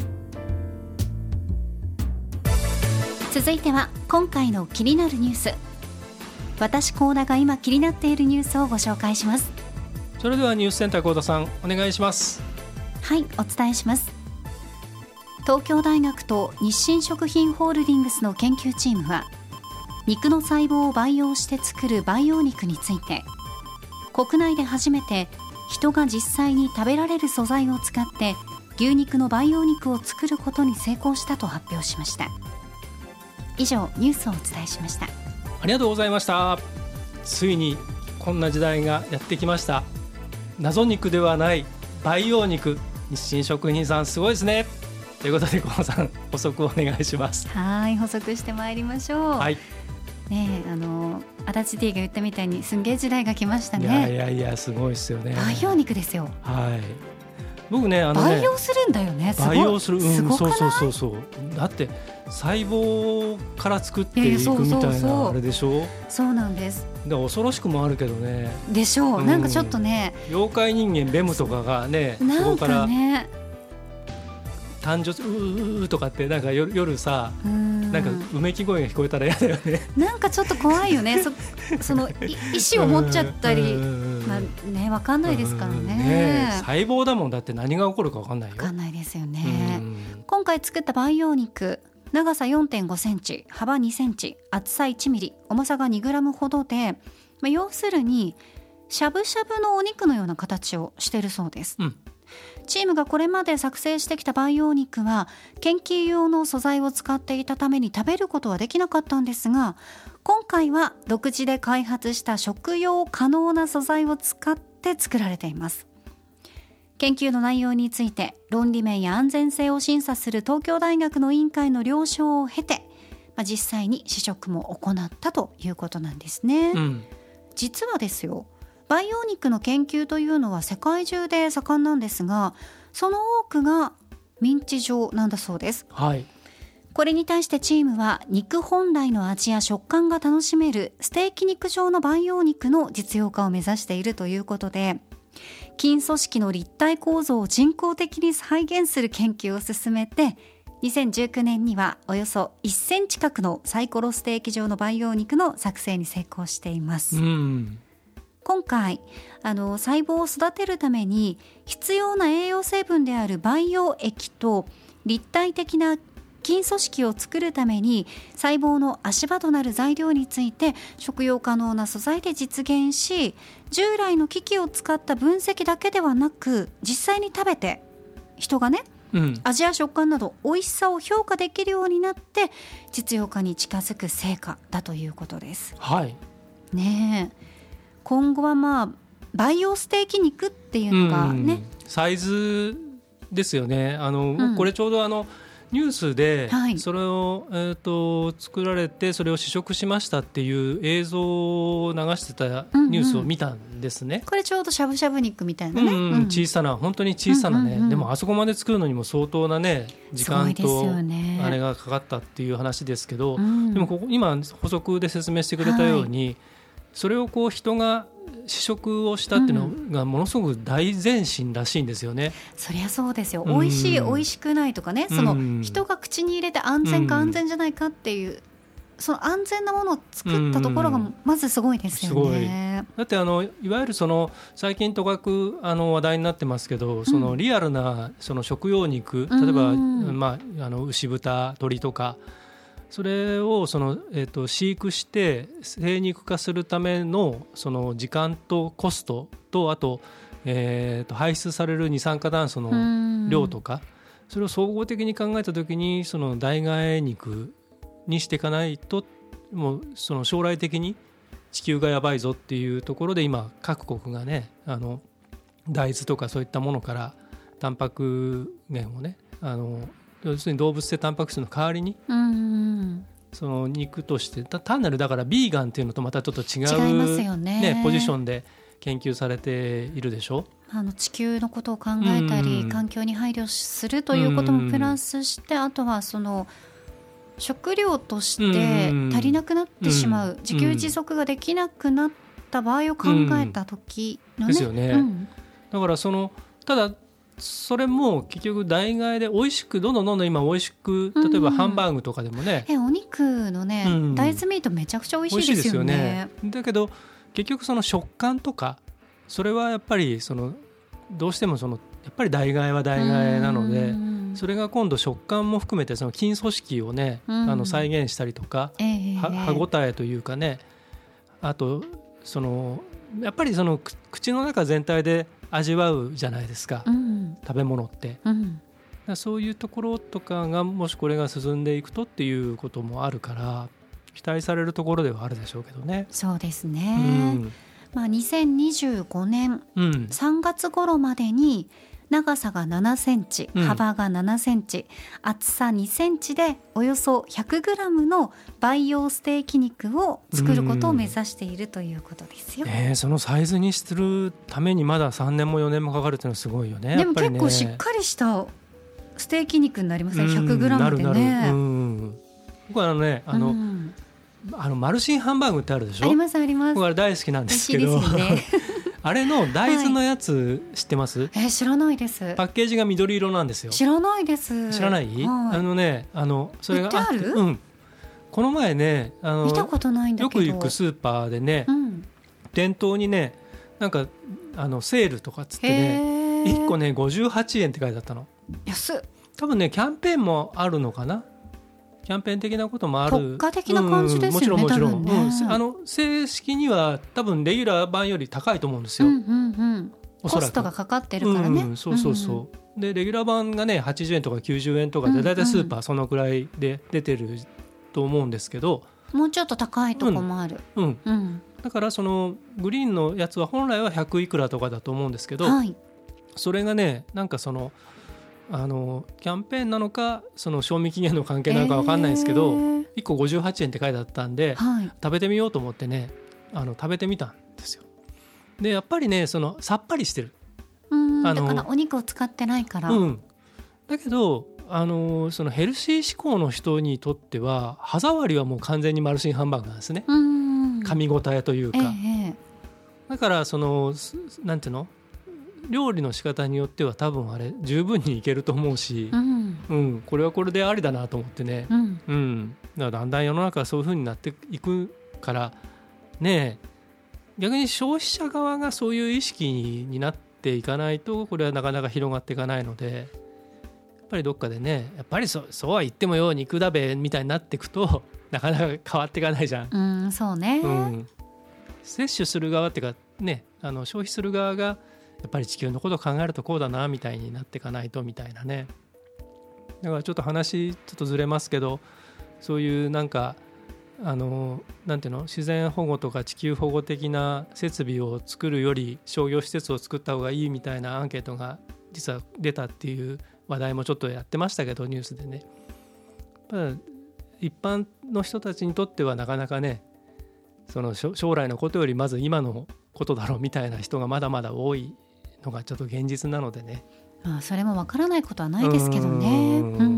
続いては今回の気になるニュース私幸田が今気になっているニュースをご紹介します。 それではニュースセンター幸田さんお願いします。 はいお伝えします。東京大学と日清食品ホールディングスの研究チームは肉の細胞を培養して作る培養肉について国内で初めて人が実際に食べられる素材を使って牛肉の培養肉を作ることに成功したと発表しました。以上ニュースをお伝えしました。 ありがとうございました。ついにこんな時代がやってきました。謎肉ではない培養肉日清食品さんすごいですねということで小野さん補足お願いします。 はい補足してまいりましょう、はいね、あの足立 T が言ったみたいにすんげえ時代が来ましたね。 いやいやいやすごいですよね。 培養肉ですよ。 はい僕ねあのね培養するんだよね。 培養する、うん、そうそうそうそうだって細胞から作っていくみたいなあれでしょ。 そうなんです。 で恐ろしくもあるけどね。 でしょう、うん、なんかちょっとね妖怪人間ベムとかがねそこから誕生するうーとかってなんか 夜, 夜さなんかうめき声が聞こえたら嫌だよね。 なんかちょっと怖いよね。 そ, その意思を持っちゃったりまあね分かんないですから ね, ね細胞だもんだって何が起こるか分かんないよ。 分かんないですよね。今回作った培養肉長さ よんてんごセンチ幅にセンチ厚さいちミリ重さがにグラムほどで、まあ、要するにしゃぶしゃぶのお肉のような形をしているそうです、うん、チームがこれまで作成してきた培養肉は研究用の素材を使っていたために食べることはできなかったんですが今回は独自で開発した食用可能な素材を使って作られています。研究の内容について論理面や安全性を審査する東京大学の委員会の了承を経て、まあ、実際に試食も行ったということなんですね、うん、実はですよ培養肉の研究というのは世界中で盛んなんですがその多くがミンチ状なんだそうです、はい、これに対してチームは肉本来の味や食感が楽しめるステーキ肉状の培養肉の実用化を目指しているということで筋組織の立体構造を人工的に再現する研究を進めてにせんじゅうきゅうねんにはおよそいっセンチ角のサイコロステーキ状の培養肉の作成に成功しています、うん、今回あの細胞を育てるために必要な栄養成分である培養液と立体的な筋組織を作るために細胞の足場となる材料について食用可能な素材で実現し、従来の機器を使った分析だけではなく実際に食べて人がね、うん、味や食感など美味しさを評価できるようになって実用化に近づく成果だということです。 はいねえ、今後はまあ培養ステーキ肉っていうのがね、うん、 サイズですよね。あの、うん、これちょうどあのニュースでそれを、はい、えー、と作られてそれを試食しましたっていう映像を流してたニュースを見たんですね、 うんうん、これちょうどしゃぶしゃぶ肉みたいなね、うんうん、 小さな本当に小さなね、うんうんうん、でもあそこまで作るのにも相当なね時間とあれがかかったっていう話ですけど、うん、でもここ今補足で説明してくれたように、はい、それをこう人が試食をしたっていうのがものすごく大前進らしいんですよね、うん、 そりゃそうですよ。美味しい、美味しくないとかね、その人が口に入れて安全か安全じゃないかっていう、その安全なものを作ったところがまずすごいですよね。 だってあのいわゆるその最近とかくあの話題になってますけど、そのリアルなその食用肉、例えば、まあ、あの牛豚鶏とかそれをその、えー、と飼育して精肉化するためのその時間とコストと、あと、えー、と排出される二酸化炭素の量とか、それを総合的に考えたときにその代替肉にしていかないともうその将来的に地球がやばいぞっていうところで今各国がね、あの大豆とかそういったものからタンパク源をね、あの要するに動物性タンパク質の代わりに、うん、その肉として単なるだからビーガンっていうのとまたちょっと違う、 違いますよね、 ポジションで研究されているでしょ。 あの地球のことを考えたり、うん、環境に配慮するということもプラスして、うん、あとはその食料として足りなくなってしまう、うん、自給自足ができなくなった場合を考えた時のね、 ですよね、うん、だからそのただそれも結局代替で美味しくどんどんどんどん今美味しく、例えばハンバーグとかでもね、 うん、えお肉のね、うん、大豆ミートめちゃくちゃ美味しいですよね。 美味しいですよね。だけど結局その食感とかそれはやっぱりそのどうしてもそのやっぱり代替は代替なので、それが今度食感も含めてその筋組織をね、あの再現したりとか、えー、歯ごたえというかね、あとそのやっぱりその口の中全体で味わうじゃないですか、うん、食べ物って、うん、だそういうところとかがもしこれが進んでいくとっていうこともあるから期待されるところではあるでしょうけどね。 そうですね、うんまあ、にせんにじゅうごねんさんがつ頃までに長さがななセンチ、幅がななセンチ、うん、厚さにセンチでおよそひゃくグラムの培養ステーキ肉を作ることを目指しているということですよ、うんね、そのサイズにするためにまださんねんもよねんもかかるっていうのはすごいよね。 でも結構しっかりしたステーキ肉になりません、ひゃくグラムでね。なるなる、うん、 僕はあのねあの、うんあのマルシンハンバーグってあるでしょ。 ありますあります。 僕あれ大好きなんですけど、ね、あれの大豆のやつ知ってます、はい、 えー、知らないです。 パッケージが緑色なんですよ。 知らないです。 知らない、はい、あのねあのそれがある、 うん、この前ねあの見たことないんだけどよく行くスーパーでね、うん、店頭にねなんかあのセールとかっつってねいっこねごじゅうはちえんって書いてあったの。 安っ。 多分ねキャンペーンもあるのかな。キャンペーン的なこともある。 特価的な感じですよね、うん、もちろんもちろん、ねうん、あの正式には多分レギュラー版より高いと思うんですよ、うんうんうん、 おそらくコストがかかってるからね、うん、 そうそうそう、うんうん、でレギュラー版がねはちじゅうえんとかきゅうじゅうえんとかでだいたいスーパーそのくらいで出てると思うんですけど、 もうちょっと高いとこもある、 うんうんうん、だからそのグリーンのやつは本来はひゃくいくらとかだと思うんですけど、はい、それがねなんかそのあのキャンペーンなのかその賞味期限の関係なのか分かんないんですけど、えー、いっこごじゅうはちえんって書いてあったんで、はい、食べてみようと思ってねあの食べてみたんですよ。でやっぱりねそのさっぱりしてる。 うーんあのだからお肉を使ってないから、 うん、だけどあのそのヘルシー志向の人にとっては歯触りはもう完全にマルシンハンバーグなんですね。うーん噛み応えというか、えー、だからそのなんていうの料理の仕方によっては多分あれ十分にいけると思うし、うんうん、これはこれでありだなと思ってね、うんうん、だからだんだん世の中はそういう風になっていくからね、逆に消費者側がそういう意識になっていかないとこれはなかなか広がっていかないので、やっぱりどっかでねやっぱり そ, そうは言ってもよ肉だべみたいになっていくとなかなか変わっていかないじゃん。 うん、そうね、 うん、摂取する側っていうかねあの消費する側がやっぱり地球のことを考えるとこうだなみたいになっていかないとみたいなね。だからちょっと話ちょっとずれますけどそういうなんかあのなんていうの自然保護とか地球保護的な設備を作るより商業施設を作った方がいいみたいなアンケートが実は出たっていう話題もちょっとやってましたけどニュースでね。やっぱ一般の人たちにとってはなかなかねその将来のことよりまず今のことだろうみたいな人がまだまだ多いのがちょっと現実なのでね。 まあ、それもわからないことはないですけどね。うんうん、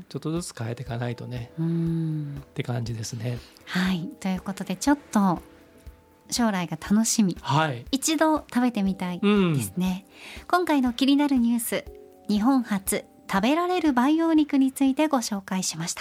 ちょっとずつ変えていかないとねうんって感じですね。 はい、ということでちょっと将来が楽しみ、 はい、 一度食べてみたいですね、うん、今回の気になるニュース日本初食べられる培養肉についてご紹介しました。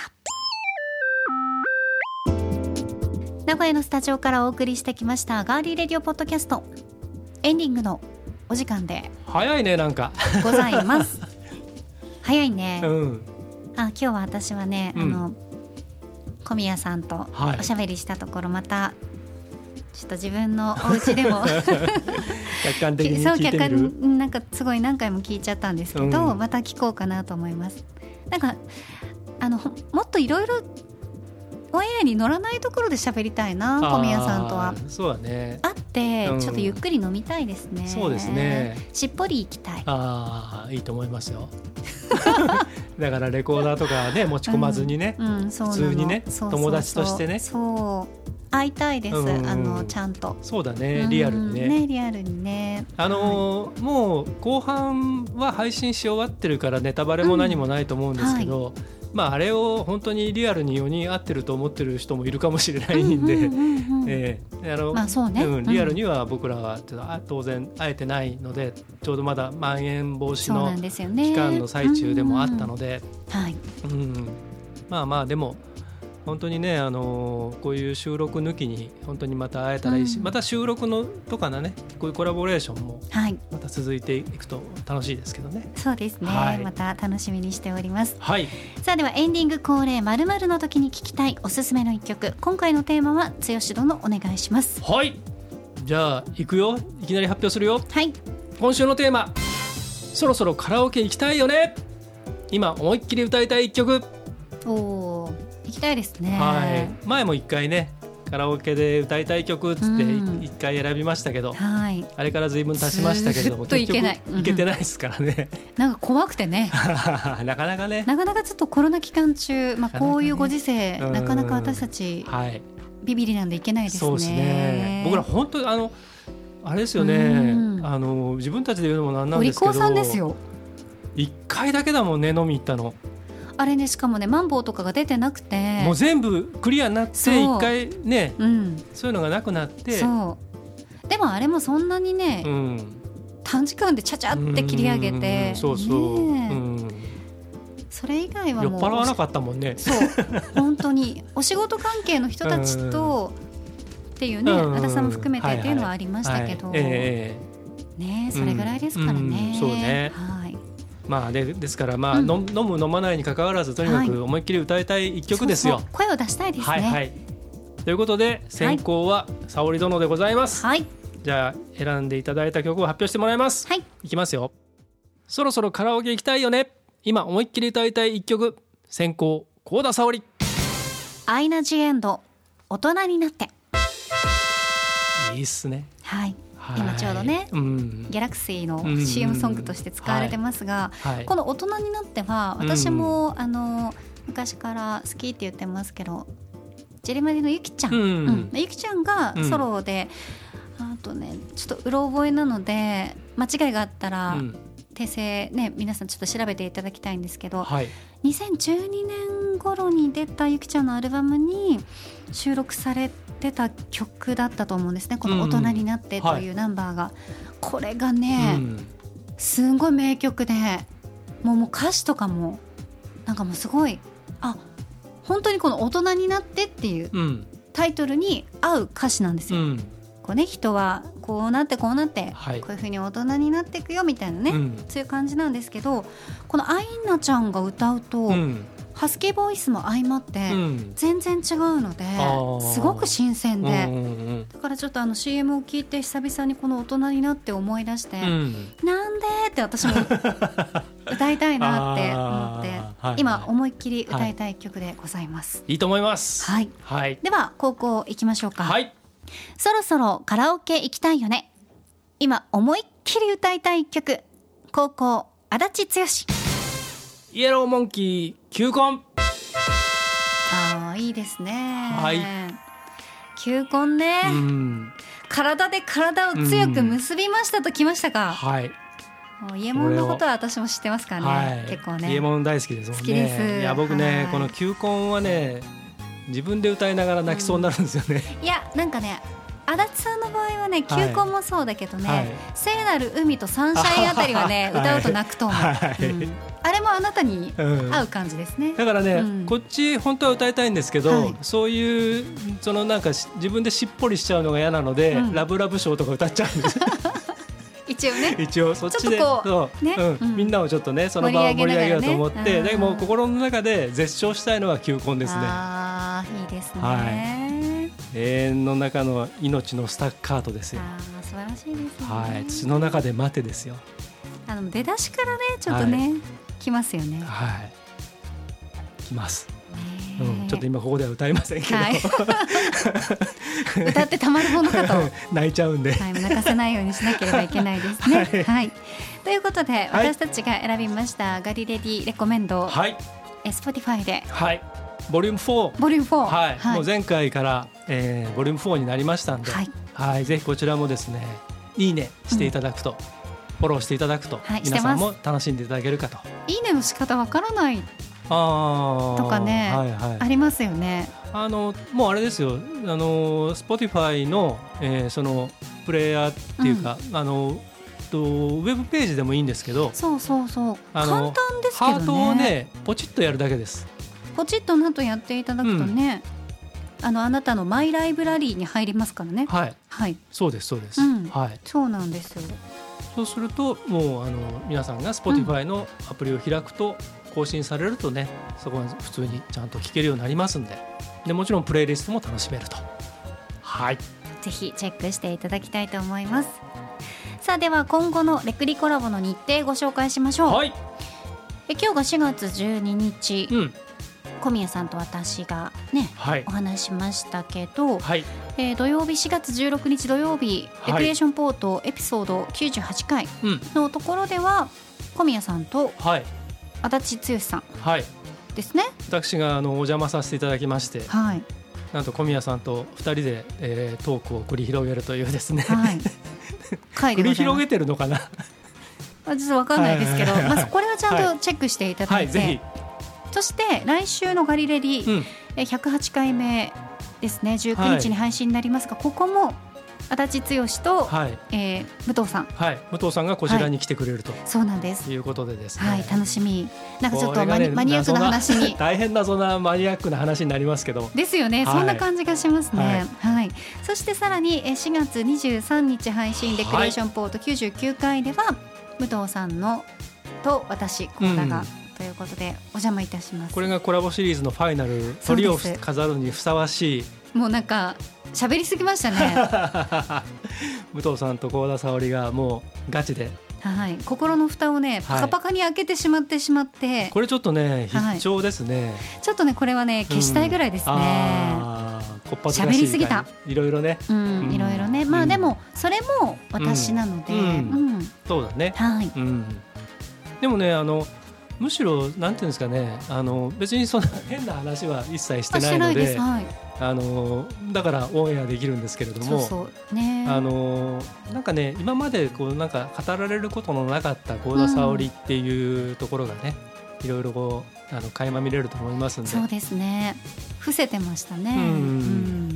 名古屋のスタジオからお送りしてきましたガーリーレディオポッドキャストエンディングのお時間で早いねなんかございます早いね、 うん、 あ今日は私はね、うん、あの小宮さんとおしゃべりしたところ、はい、またちょっと自分のお家でも客観的に聞いてみるそう客観なんかすごい何回も聞いちゃったんですけど、うん、また聞こうかなと思います。なんかあのもっといろいろオンエアに乗らないところで喋りたいな小宮さんとは。 そうだね。 会ってちょっとゆっくり飲みたいですね、うん、 そうですね。 しっぽり行きたい。 ああいいと思いますよだからレコーダーとかね持ち込まずにね、 うんうん、そう普通にねそうそうそう友達としてねそう会いたいです、うん、あのちゃんとそうだねリアルにね、うん、 ねリアルにねあのーはい、もう後半は配信し終わってるからネタバレも何もないと思うんですけど、うんはいまあ、あれを本当にリアルによにん合ってると思ってる人もいるかもしれないんでリアルには僕らはちょっと当然会えてないのでちょうどまだまん延防止の期間の最中でもあったので、 はいうん、まあまあでも本当にね、あのー、こういう収録抜きに本当にまた会えたらいいし、うん、また収録のとかのねこういうコラボレーションもまた続いていくと楽しいですけどね、 はい、そうですね、はい、また楽しみにしております、 はい、 さあではエンディング恒例〇〇の時に聞きたいおすすめの一曲今回のテーマは剛殿お願いします。 はいじゃあ行くよいきなり発表するよ、 はい、 今週のテーマそろそろカラオケ行きたいよね今思いっきり歌いたい一曲。 おー行きたいですね、 はい、前も一回ねカラオケで歌いたい曲っつって一回選びましたけど、うんはい、あれから随分経ちましたけれども結局いけてないですからね、 うん、なんか怖くてねなかなかねなかなかちょっとコロナ期間中、まあ、こういうご時世なかなか私たち、はい、ビビりなんでいけないですね。 そうですね僕ら本当にあのあれですよね、うん、あの自分たちで言うのもなんなんですけどお利口さんですよ。いっかいだけだもんね飲み行ったのあれねしかもねマンボウとかが出てなくてもう全部クリアになって一回ね、うん、そういうのがなくなってそうでもあれもそんなにね、うん、短時間でチャチャって切り上げて、 うん、そうそう、ねうん、 それ以外はもう酔っ払わなかったもんね。 そう本当にお仕事関係の人たちとっていうね和田さんも含めてっていうのはありましたけど、はいはいはいえー、ねそれぐらいですからね、 うんうん、そうね、 はいまあ、で, ですから、まあうん、飲む飲まないに関わらずとにかく思いっきり歌いたい一曲ですよ、はい、そうそう声を出したいですね、はいはい、 ということで先行は沙織殿でございます、 はい、 じゃあ選んでいただいた曲を発表してもらいます、 はい、 いきますよ。そろそろカラオケ行きたいよね今思いっきり歌いたい一曲先行幸田沙織アイナ・ジ・エンド大人になっていいっすね。 はい今ちょうどね、うん、ギャラクシーの シーエム ソングとして使われてますが、はいはい、この大人になっては私も、うん、あの昔から好きって言ってますけどジェリマディのゆきちゃん、うんうん、ゆきちゃんがソロで、うん、あとねちょっとうろ覚えなので間違いがあったら、うん、訂正ね皆さんちょっと調べていただきたいんですけど、はい、にせんじゅうにねん頃に出たゆきちゃんのアルバムに収録されてた曲だったと思うんですねこの大人になってというナンバーが、うんはい、これがね、うん、すごい名曲でもう、もう歌詞とかもなんかもうすごいあ本当にこの大人になってっていうタイトルに合う歌詞なんですよ、うん、こうね、人はこうなってこうなって、 はい、 こういう風に大人になっていくよみたいなね、 うん、 そういう感じなんですけど、このアイナちゃんが歌うと、うん、ハスキーボイスも相まって全然違うので、うん、すごく新鮮で、うんうんうん、だからちょっとあの シーエム を聞いて久々にこの大人になって思い出して、うん、なんでって私も歌いたいなって思って、はい、今思いっきり歌いたい曲でございます、 はい、いいと思います、 はいはい、では高校行きましょうか、 はい、 そろそろカラオケ行きたいよね。今思いっきり歌いたい曲、高校足立剛。 イエローモンキー球根。 あーいいですね、 はい、 球根ね、うん、体で体を強く結びましたときましたか、 うん、はい、 もうイエモンのことは私も知ってますからね、はい、結構ねイエモン大好きですもんね。 好きです。 いや僕ね、はい、この球根はね自分で歌いながら泣きそうになるんですよね、 うん、いやなんかね足立さんの場合はね球根もそうだけどね、はい、聖なる海とサンシャインあたりはね、はい、歌うと泣くと思う、はいうん、あれもあなたに合う感じですね、 うん、だからね、うん、こっち本当は歌いたいんですけど、はい、そういうそのなんか自分でしっぽりしちゃうのが嫌なので、うん、ラブラブショーとか歌っちゃうんです一応ね一応そっちでそう、ねうん、みんなをちょっとねその場を盛り上げようと思って、ね、でも心の中で絶唱したいのは球根ですね。 あーいいですね、 はい、永遠の中の命のスタッカートですよ。 あ素晴らしいですね、 はい、土の中で待てですよ。 あの出だしからねちょっとね、はい、来ますよね。 はい来ます、うん、ちょっと今ここでは歌いませんけど、はい、 歌ってたまるものかと泣いちゃうんで、 はい、泣かせないようにしなければいけないですね、はいはい、ということで、はい、私たちが選びましたガリレディレコメンド、はい、Spotify で、 はい、ボリュームフォー、 ボリュームフォー、 はいはい、もう前回から、えー、ボリュームフォーになりましたんで、はいはい、ぜひこちらもですねいいねしていただくと、うん、フォローしていただくと、はい、皆さんも楽しんでいただけるかと。 いいねの仕方わからないあとかね、はいはい、ありますよね。 あのもうあれですよ、あの Spotify の、えー、そのプレイヤーっていうか、うん、あのとウェブページでもいいんですけど、 そうそうそう簡単ですけどね、 ハートをねポチッとやるだけです。 ポチッとなとやっていただくとね、うん、あのあなたのマイライブラリーに入りますからね。 はい、はい、そうですそうです、うんはい、 そうなんですよ。 そうするともうあの皆さんが Spotify のアプリを開くと、更新されるとねそこは普通にちゃんと聴けるようになりますんで、でもちろんプレイリストも楽しめると、はい、 ぜひチェックしていただきたいと思います。さあでは今後のレクリコラボの日程ご紹介しましょう、はい、え今日がしがつじゅうににち、うん、小宮さんと私がね、はい、お話しましたけど、はい、えー、土曜日しがつじゅうろくにち土曜日、はい、レクリエーションポートエピソードきゅうじゅうはちかいのところでは、うん、小宮さんと足立剛さんですね、はい、 私があのお邪魔させていただきまして、はい、なんと小宮さんとふたりで、えー、トークを繰り広げるというですね、はい、繰り広げてるのかなちょっと分かんないですけど、まあ、これはちゃんとチェックしていただいて、はいはい、そして来週のガリレディ、うん、ひゃくはちかいめですね、じゅうくにちに配信になりますが、はい、ここも足立剛と、はいえー、武藤さん、 はい、武藤さんがこちらに来てくれると、はい、 そうなんですいうことでですね、 はい、楽しみ。なんかちょっとマニ、ね、マニアックな話に大変謎なマニアックな話になりますけどですよね、はい、そんな感じがしますね、はいはい、そしてさらにしがつにじゅうさんにち配信レクリエーションポートきゅうじゅうきゅうかいでは、武藤さんのと私幸田が、うんということでお邪魔いたします。 これがコラボシリーズのファイナル、鳥を飾るにふさわしい。 もうなんか喋りすぎましたね武藤さんと幸田沙織がもうガチで、 はい、心の蓋をねパカパカに開けてしまってしまって、はい、 これちょっとね必聴ですね、はい、 ちょっとねこれはね消したいぐらいですね、うん、あ喋りすぎたいろいろね、 うん、いろいろね、まあでもそれも私なので、うんうんうん、そうだね、はいうん、でもねあのむしろなんていうんですかね、あの別にそんな変な話は一切してないので、はい、あのだからオンエアできるんですけれども、そうそうね、あのなんかね今までこうなんか語られることのなかった幸田沙織っていうところがね、うん、いろいろこうあの垣間見れると思いますんで。そうですね、伏せてましたね、うんうん、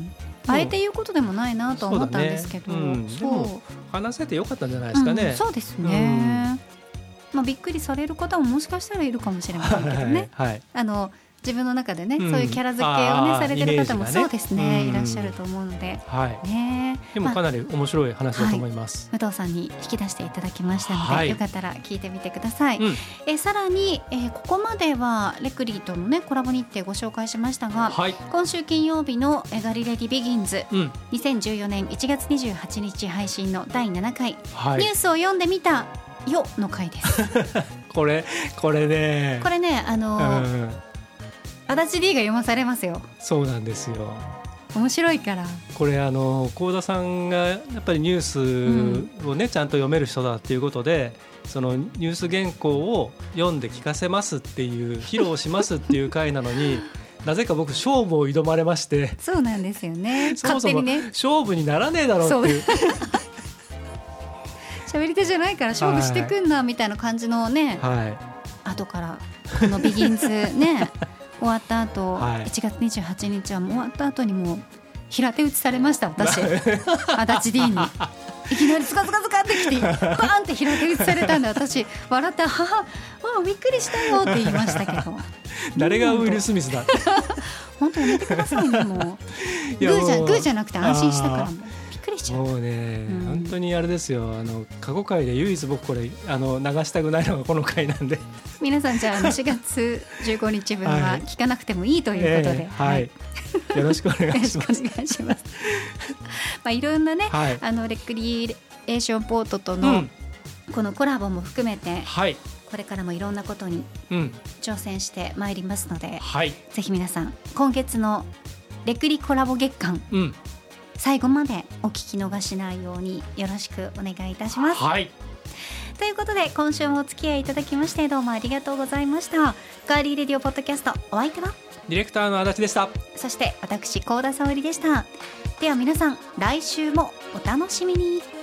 あえて言うことでもないなと思ったんですけど、そう、ねうん、そうでも話せてよかったんじゃないですかね、 うん、そうですね、うんまあ、びっくりされる方ももしかしたらいるかもしれませんけどね、はいはい、あの自分の中でね、 うん、 そういうキャラ付けをねされてる方も、ね、そうですね、うん、いらっしゃると思うので、 はいね、 でもかなり面白い話だと思います、 まあはい、武藤さんに引き出していただきましたので、はい、よかったら聞いてみてください、うん、えさらに、えー、ここまではレクリーとの、ね、コラボ日程ご紹介しましたが、はい、今週金曜日のガリレディビギンズ、うん、にせんじゅうよねんいちがつにじゅうはちにち配信のだいななかい、はい、ニュースを読んでみたよの回ですこれこれねこれねあのーうん足立 D が読まされますよ。 そうなんですよ。 面白いからこれあの幸田さんがやっぱりニュースをね、うん、ちゃんと読める人だっていうことでそのニュース原稿を読んで聞かせますっていう披露しますっていう回なのになぜか僕勝負を挑まれましてそうなんですよねそもそも勝負にならねえだろうっていう喋り手じゃないから勝負してくんなみたいな感じのね、はい、後からこのビギンズね終わった後、はい、いちがつにじゅうはちにちはもう終わった後にもう平手打ちされました私足立 D にいきなりズカズカズカってきてバーンって平手打ちされたんで私笑って母もうびっくりしたよって言いましたけど誰がウィル・スミスだ本当やめてくださいねもうグーじゃ、グーじゃなくて安心したからもうもうね、うん、本当にあれですよあの過去回で唯一僕これあの流したくないのがこの回なんで皆さんじゃあしがつじゅうごにちぶんは聞かなくてもいいということで、 えーはい、よろしくお願いします。 よろしくお願いしますまあいろんなね、はい、あのレクリエーションポートとのこのコラボも含めて、はい、これからもいろんなことに挑戦してまいりますので、はい、ぜひ皆さん今月のレクリコラボ月間、うん最後までお聞き逃しないようによろしくお願いいたします、はい、ということで今週もお付き合いいただきましてどうもありがとうございました。ガーリーレディオポッドキャストお相手はディレクターの足立でした。 そして私幸田沙織でした。では皆さん来週もお楽しみに。